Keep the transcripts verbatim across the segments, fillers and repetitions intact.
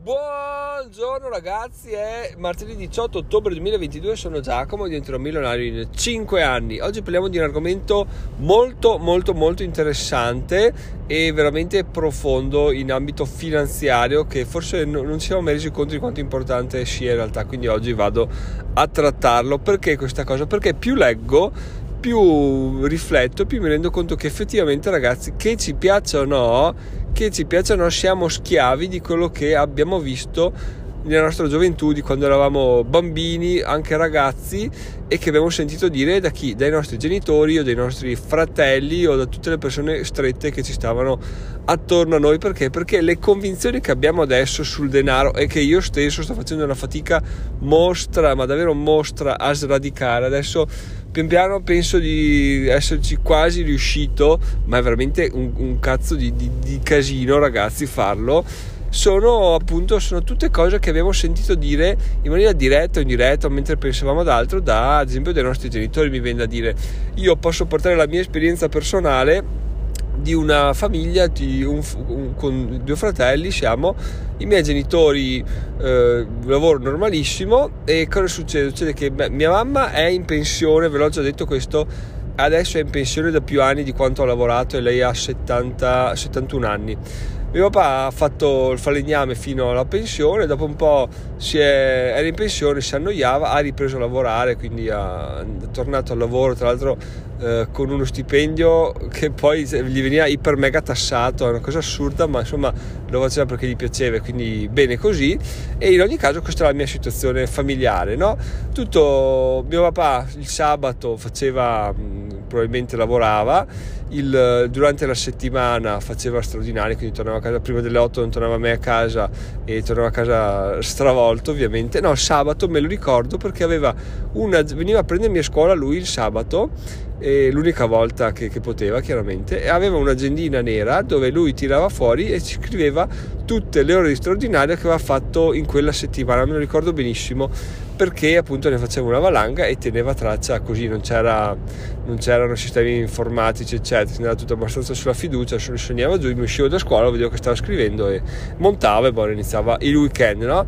Buongiorno ragazzi, è martedì diciotto ottobre duemilaventidue, sono Giacomo, diventerò milionario in cinque anni. Oggi parliamo di un argomento molto molto molto interessante e veramente profondo in ambito finanziario, che forse non ci siamo mai resi conto di quanto importante sia in realtà, quindi oggi vado a trattarlo. Perché questa cosa? Perché più leggo, più rifletto, più mi rendo conto che effettivamente, ragazzi, che ci piaccia o no, che ci piaccia o no, siamo schiavi di quello che abbiamo visto nella nostra gioventù, di quando eravamo bambini, anche ragazzi, e che abbiamo sentito dire da chi? Dai nostri genitori o dai nostri fratelli o da tutte le persone strette che ci stavano attorno a noi. Perché? Perché le convinzioni che abbiamo adesso sul denaro, e che io stesso sto facendo una fatica mostra, ma davvero mostra, a sradicare adesso, pian piano penso di esserci quasi riuscito, ma è veramente un, un cazzo di, di, di casino, ragazzi, farlo. Sono appunto sono tutte cose che abbiamo sentito dire in maniera diretta o indiretta, mentre pensavamo ad altro, da ad esempio dai nostri genitori. Mi viene da dire, io posso portare la mia esperienza personale di una famiglia di un, un, con due fratelli. Siamo i miei genitori, eh, lavoro normalissimo, e cosa succede? Succede che beh, mia mamma è in pensione, ve l'ho già detto questo, adesso è in pensione da più anni di quanto ha lavorato, e lei ha settanta, settantuno anni. Mio papà ha fatto il falegname fino alla pensione, dopo un po' si è, era in pensione, si annoiava, ha ripreso a lavorare, quindi ha, è tornato al lavoro, tra l'altro eh, con uno stipendio che poi gli veniva iper mega tassato, è una cosa assurda, ma insomma lo faceva perché gli piaceva, quindi bene così. E in ogni caso questa è la mia situazione familiare, no? Tutto, mio papà il sabato faceva, probabilmente lavorava, il, durante la settimana faceva straordinario, quindi tornava a casa prima delle otto, non tornava mai a casa, e tornava a casa stravolto ovviamente. No, sabato me lo ricordo perché aveva una, veniva a prendermi a scuola lui il sabato, e l'unica volta che, che poteva chiaramente, e aveva un'agendina nera dove lui tirava fuori e ci scriveva tutte le ore di straordinario che aveva fatto in quella settimana. Me lo ricordo benissimo perché appunto ne faceva una valanga e teneva traccia così, non c'era non c'erano sistemi informatici eccetera, si andava tutto abbastanza sulla fiducia. Sognava giù, mi uscivo da scuola, vedevo che stava scrivendo e montava, e poi iniziava il weekend, no?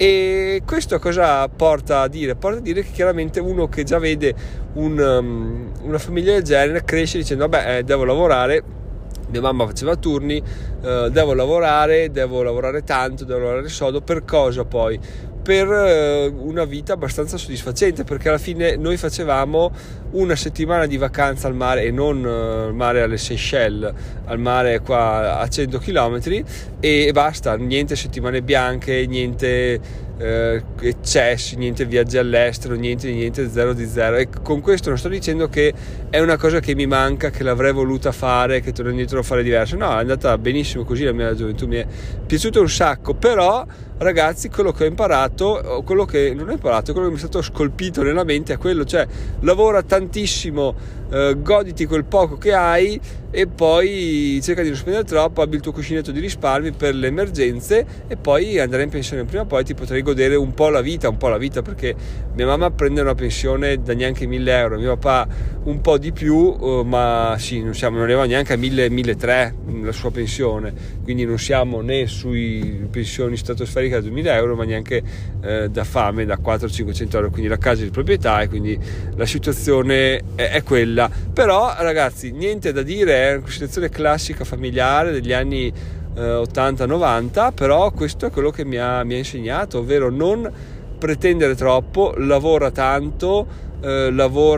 E questo cosa porta a dire? Porta a dire che chiaramente uno che già vede un, um, una famiglia del genere cresce dicendo vabbè, eh, devo lavorare. Mia mamma faceva turni, eh, devo lavorare, devo lavorare tanto, devo lavorare sodo. Per cosa poi? Per eh, una vita abbastanza soddisfacente, perché alla fine noi facevamo una settimana di vacanza al mare, e non al uh, mare alle Seychelles, al mare qua a cento chilometri, e basta, niente settimane bianche, niente eh, eccessi, niente viaggi all'estero, niente niente, zero di zero. E con questo non sto dicendo che è una cosa che mi manca, che l'avrei voluta fare, che torno indietro a fare diverso. No, è andata benissimo così la mia gioventù, mi è piaciuto un sacco. Però ragazzi, quello che ho imparato, o quello che non ho imparato, quello che mi è stato scolpito nella mente è quello, cioè lavora tantissimo, eh, goditi quel poco che hai, e poi cerca di non spendere troppo, abbi il tuo cuscinetto di risparmi per le emergenze, e poi andare in pensione prima o poi, ti potrai godere un po' la vita, un po' la vita, perché mia mamma prende una pensione da neanche mille euro, mio papà un po' di più, eh, ma sì, non siamo, non arriviamo neanche a mille, mille tre la sua pensione, quindi non siamo né sui pensioni stratosferiche da duemila euro, ma neanche eh, da fame da quattrocento cinquecento euro, quindi la casa di proprietà, e quindi la situazione è, è quella. Però ragazzi, niente da dire, è una situazione classica familiare degli anni eh, ottanta novanta, però questo è quello che mi ha, mi ha insegnato, ovvero non pretendere troppo, lavora tanto, eh,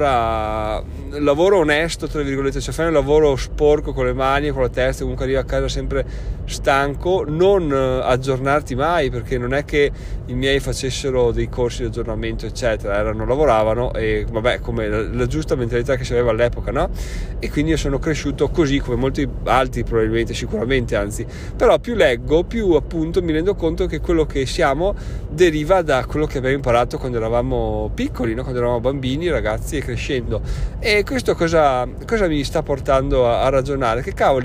lavora lavoro onesto tra virgolette, cioè fai un lavoro sporco con le mani e con la testa, comunque arrivi a casa sempre stanco, non aggiornarti mai, perché non è che i miei facessero dei corsi di aggiornamento eccetera, erano, lavoravano, e vabbè, come la, la giusta mentalità che si aveva all'epoca, no? E quindi io sono cresciuto così, come molti altri probabilmente, sicuramente, anzi. Però più leggo, più appunto mi rendo conto che quello che siamo deriva da quello che abbiamo imparato quando eravamo piccoli, no? Quando eravamo bambini, ragazzi, e crescendo. E questo cosa, cosa mi sta portando a, a ragionare? Che cavoli,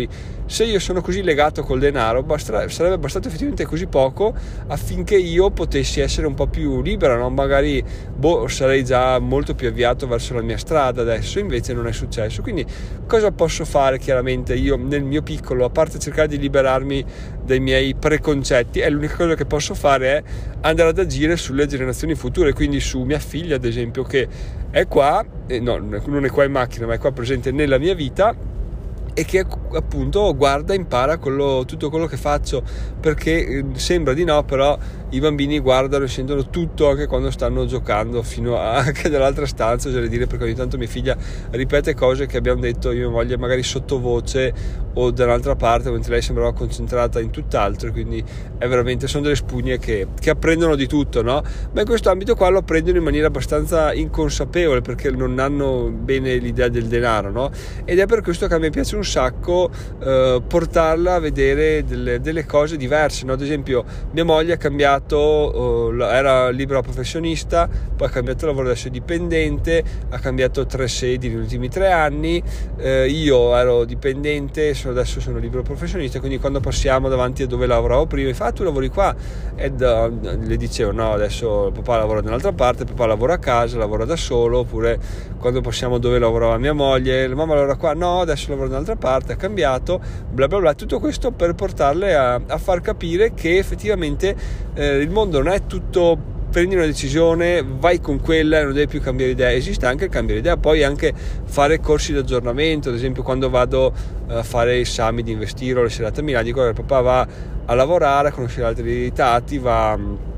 se io sono così legato col denaro, basta, sarebbe bastato effettivamente così poco affinché io potessi essere un po' più libera, no? Magari boh, sarei già molto più avviato verso la mia strada. Adesso invece non è successo. Quindi cosa posso fare? Chiaramente io nel mio piccolo, a parte cercare di liberarmi dai miei preconcetti, è l'unica cosa che posso fare è andare ad agire sulle generazioni future, quindi su mia figlia ad esempio, che è qua, eh, no, non è qua in macchina ma è qua presente nella mia vita, e che appunto guarda, impara quello, tutto quello che faccio, perché sembra di no, però i bambini guardano e sentono tutto anche quando stanno giocando, fino a, anche dall'altra stanza, oserei dire, perché ogni tanto mia figlia ripete cose che abbiamo detto io e mia moglie magari sottovoce o dall'altra parte, mentre lei sembrava concentrata in tutt'altro. Quindi è veramente, sono delle spugne che, che apprendono di tutto, no? Ma in questo ambito qua lo apprendono in maniera abbastanza inconsapevole, perché non hanno bene l'idea del denaro, no? Ed è per questo che a me piace un sacco eh, portarla a vedere delle, delle cose diverse, no? Ad esempio mia moglie ha cambiato, eh, era libera professionista, poi ha cambiato lavoro, adesso è dipendente, ha cambiato tre sedi negli ultimi tre anni, eh, io ero dipendente, adesso sono libero professionista, quindi quando passiamo davanti a dove lavoravo prima mi fa: ah, tu lavori qua? Ed uh, le dicevo no, adesso papà lavora da un'altra parte, papà lavora a casa, lavora da solo. Oppure quando passiamo dove lavorava mia moglie, la mamma lavora qua, no, adesso lavora da un'altra parte, ha cambiato, bla bla bla. Tutto questo per portarle a, a far capire che effettivamente eh, il mondo non è tutto prendi una decisione, vai con quella e non devi più cambiare idea. Esiste anche il cambiare idea, poi anche fare corsi di aggiornamento. Ad esempio quando vado a fare esami di investire o le serate a Milano, dico: papà va a lavorare, a conoscere altri dati, va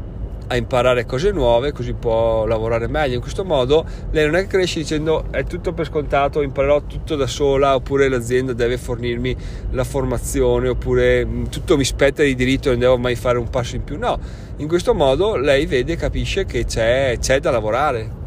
a imparare cose nuove, così può lavorare meglio. In questo modo lei non è che cresce dicendo è tutto per scontato, imparerò tutto da sola, oppure l'azienda deve fornirmi la formazione, oppure tutto mi spetta di diritto e non devo mai fare un passo in più. No, in questo modo lei vede e capisce che c'è, c'è da lavorare.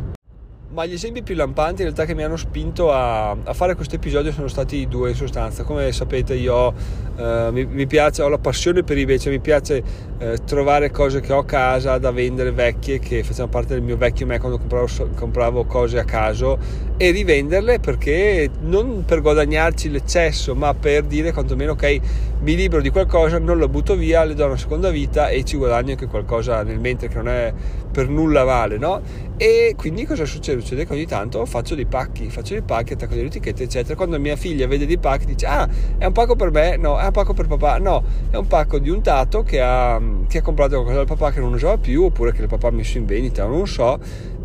Ma gli esempi più lampanti in realtà che mi hanno spinto a, a fare questo episodio sono stati due in sostanza. Come sapete io eh, mi, mi piace, ho la passione per eBay, cioè mi piace eh, trovare cose che ho a casa da vendere vecchie, che facevano parte del mio vecchio me quando compravo, compravo cose a caso, e rivenderle, perché non per guadagnarci l'eccesso, ma per dire quantomeno ok, mi libero di qualcosa, non lo butto via, le do una seconda vita e ci guadagno anche qualcosa nel mentre, che non è per nulla vale, no? E quindi cosa succede? Succede che ogni tanto faccio dei pacchi, faccio dei pacchi, attacco delle etichette eccetera. Quando mia figlia vede dei pacchi dice: ah, è un pacco per me? No. È un pacco per papà? No, è un pacco di un tato che ha, che ha comprato qualcosa dal papà che non usava più, oppure che il papà ha messo in vendita, non so,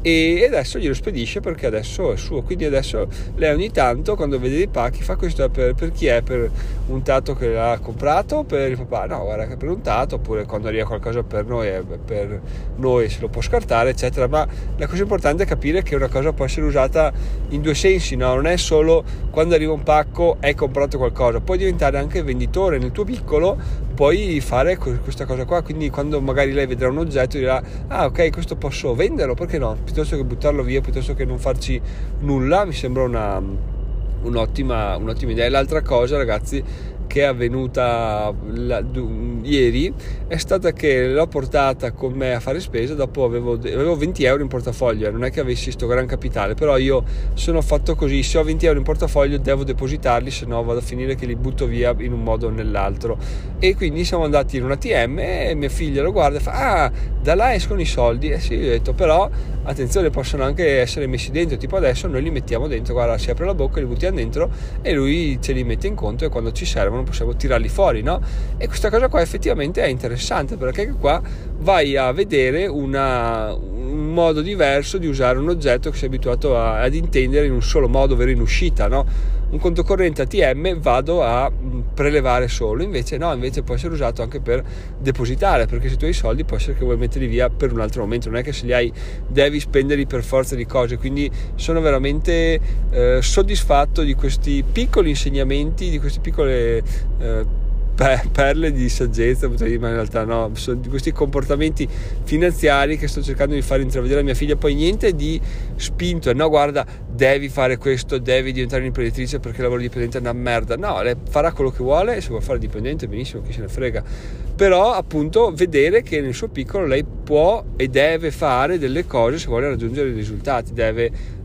e adesso glielo spedisce perché adesso è suo. Quindi adesso lei ogni tanto quando vede dei pacchi fa: questo è per, per chi è? Per un tato che l'ha comprato, per il papà? No, guarda che per un tato. Oppure quando arriva qualcosa per noi è per noi, se lo può scartare eccetera. Ma la cosa importante è capire che una cosa può essere usata in due sensi, no? Non è solo quando arriva un pacco hai comprato qualcosa, puoi diventare anche venditore nel tuo piccolo, puoi fare questa cosa qua. Quindi quando magari lei vedrà un oggetto dirà: ah, ok, questo posso venderlo, perché no? Piuttosto che buttarlo via, piuttosto che non farci nulla. Mi sembra una, un'ottima, un'ottima idea. E l'altra cosa, ragazzi, che è avvenuta la, ieri è stata che l'ho portata con me a fare spesa. Dopo avevo, avevo venti euro in portafoglio, non è che avessi sto gran capitale, però io sono fatto così: se ho venti euro in portafoglio devo depositarli, se no vado a finire che li butto via in un modo o nell'altro. E quindi siamo andati in un A T M e mia figlia lo guarda e fa: ah, da là escono i soldi. E sì, ho detto, però attenzione, possono anche essere messi dentro, tipo adesso noi li mettiamo dentro, guarda, si apre la bocca, li buttiamo dentro e lui ce li mette in conto, e quando ci servono possiamo tirarli fuori, no? E questa cosa qua effettivamente è interessante, perché qua vai a vedere una, un modo diverso di usare un oggetto che sei abituato a, ad intendere in un solo modo, ovvero in uscita, no? Un conto corrente A T M vado a prelevare solo, invece no, invece può essere usato anche per depositare, perché se tu hai i soldi può essere che vuoi metterli via per un altro momento, non è che se li hai devi spenderli per forza di cose. Quindi sono veramente eh, soddisfatto di questi piccoli insegnamenti, di queste piccole eh, perle di saggezza, potrei dire, ma in realtà no, sono di questi comportamenti finanziari che sto cercando di fare intravedere a mia figlia. Poi niente di spinto, no, guarda, devi fare questo, devi diventare un'imprenditrice perché il lavoro dipendente è una merda. No, lei farà quello che vuole, e se vuole fare dipendente benissimo, chi se ne frega. Però appunto vedere che nel suo piccolo lei può e deve fare delle cose se vuole raggiungere i risultati, deve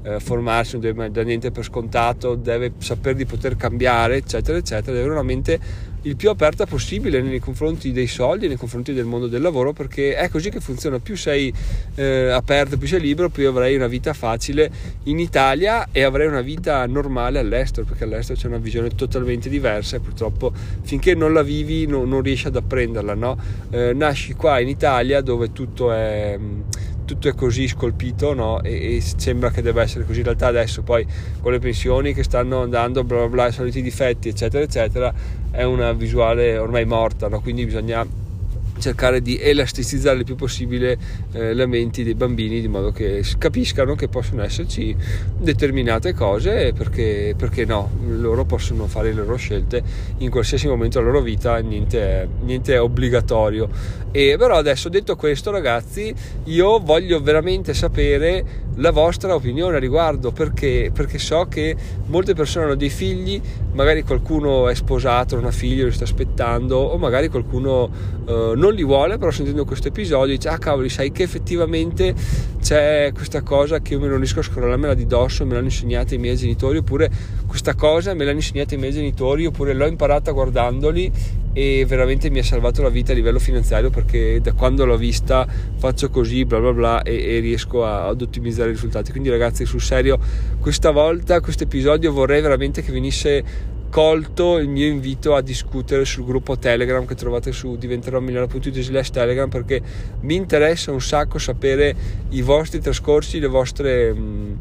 eh, formarsi, non deve dare niente per scontato, deve sapere di poter cambiare, eccetera eccetera, deve avere una mente il più aperta possibile nei confronti dei soldi, nei confronti del mondo del lavoro, perché è così che funziona. Più sei eh, aperto, più sei libero, più avrai una vita facile in Italia e avrai una vita normale all'estero, perché all'estero c'è una visione totalmente diversa e purtroppo finché non la vivi non, non riesci ad apprenderla, no? Eh, nasci qua in Italia dove tutto è tutto è così scolpito, no? E, e sembra che debba essere così. In realtà adesso poi con le pensioni che stanno andando, bla bla bla, i soliti difetti eccetera eccetera, è una visuale ormai morta, no? Quindi bisogna cercare di elasticizzare il più possibile eh, le menti dei bambini, di modo che capiscano che possono esserci determinate cose, perché, perché no, loro possono fare le loro scelte in qualsiasi momento della loro vita, niente è, niente è obbligatorio. E però adesso, detto questo, ragazzi, io voglio veramente sapere la vostra opinione a riguardo, perché, perché so che molte persone hanno dei figli, magari qualcuno è sposato, non ha figli, lo sta aspettando, o magari qualcuno eh, non li vuole, però sentendo questo episodio dice: ah cavoli, sai che effettivamente c'è questa cosa che io me non riesco a scrollarmela di dosso, me l'hanno insegnata i miei genitori, oppure questa cosa me l'hanno insegnata i miei genitori, oppure l'ho imparata guardandoli e veramente mi ha salvato la vita a livello finanziario, perché da quando l'ho vista faccio così bla bla bla e, e riesco a, ad ottimizzare i risultati. Quindi ragazzi, sul serio, questa volta, questo episodio vorrei veramente che venisse colto il mio invito a discutere sul gruppo Telegram che trovate su diventerò milionario punto it slash Telegram, perché mi interessa un sacco sapere i vostri trascorsi, le vostre mh,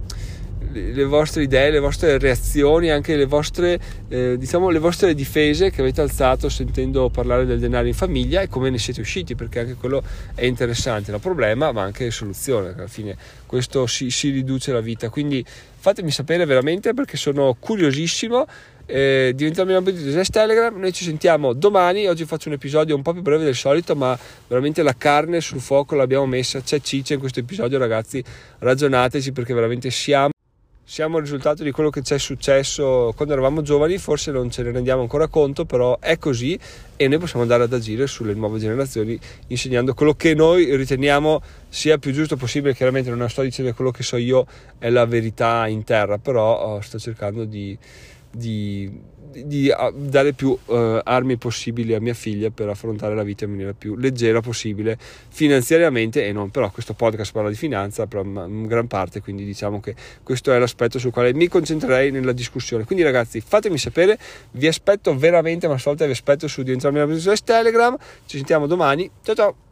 le vostre idee, le vostre reazioni, anche le vostre eh, diciamo le vostre difese che avete alzato sentendo parlare del denaro in famiglia e come ne siete usciti, perché anche quello è interessante, il problema ma anche soluzione, alla fine questo si, si riduce la vita. Quindi fatemi sapere veramente, perché sono curiosissimo. Eh, diventiamo un po' di Telegram. Noi ci sentiamo domani. Oggi faccio un episodio un po' più breve del solito, ma veramente la carne sul fuoco l'abbiamo messa, c'è ciccia in questo episodio, ragazzi, ragionateci, perché veramente siamo siamo il risultato di quello che ci è successo quando eravamo giovani. Forse non ce ne rendiamo ancora conto, però è così, e noi possiamo andare ad agire sulle nuove generazioni insegnando quello che noi riteniamo sia più giusto possibile. Chiaramente non sto dicendo che quello che so io è la verità in terra, però oh, sto cercando di di, di dare più uh, armi possibili a mia figlia per affrontare la vita in maniera più leggera possibile finanziariamente, e non, però questo podcast parla di finanza però in gran parte, quindi diciamo che questo è l'aspetto sul quale mi concentrerei nella discussione. Quindi ragazzi, fatemi sapere, vi aspetto veramente, ma stavolta vi aspetto su Diventare Milionario Telegram. Ci sentiamo domani, ciao ciao.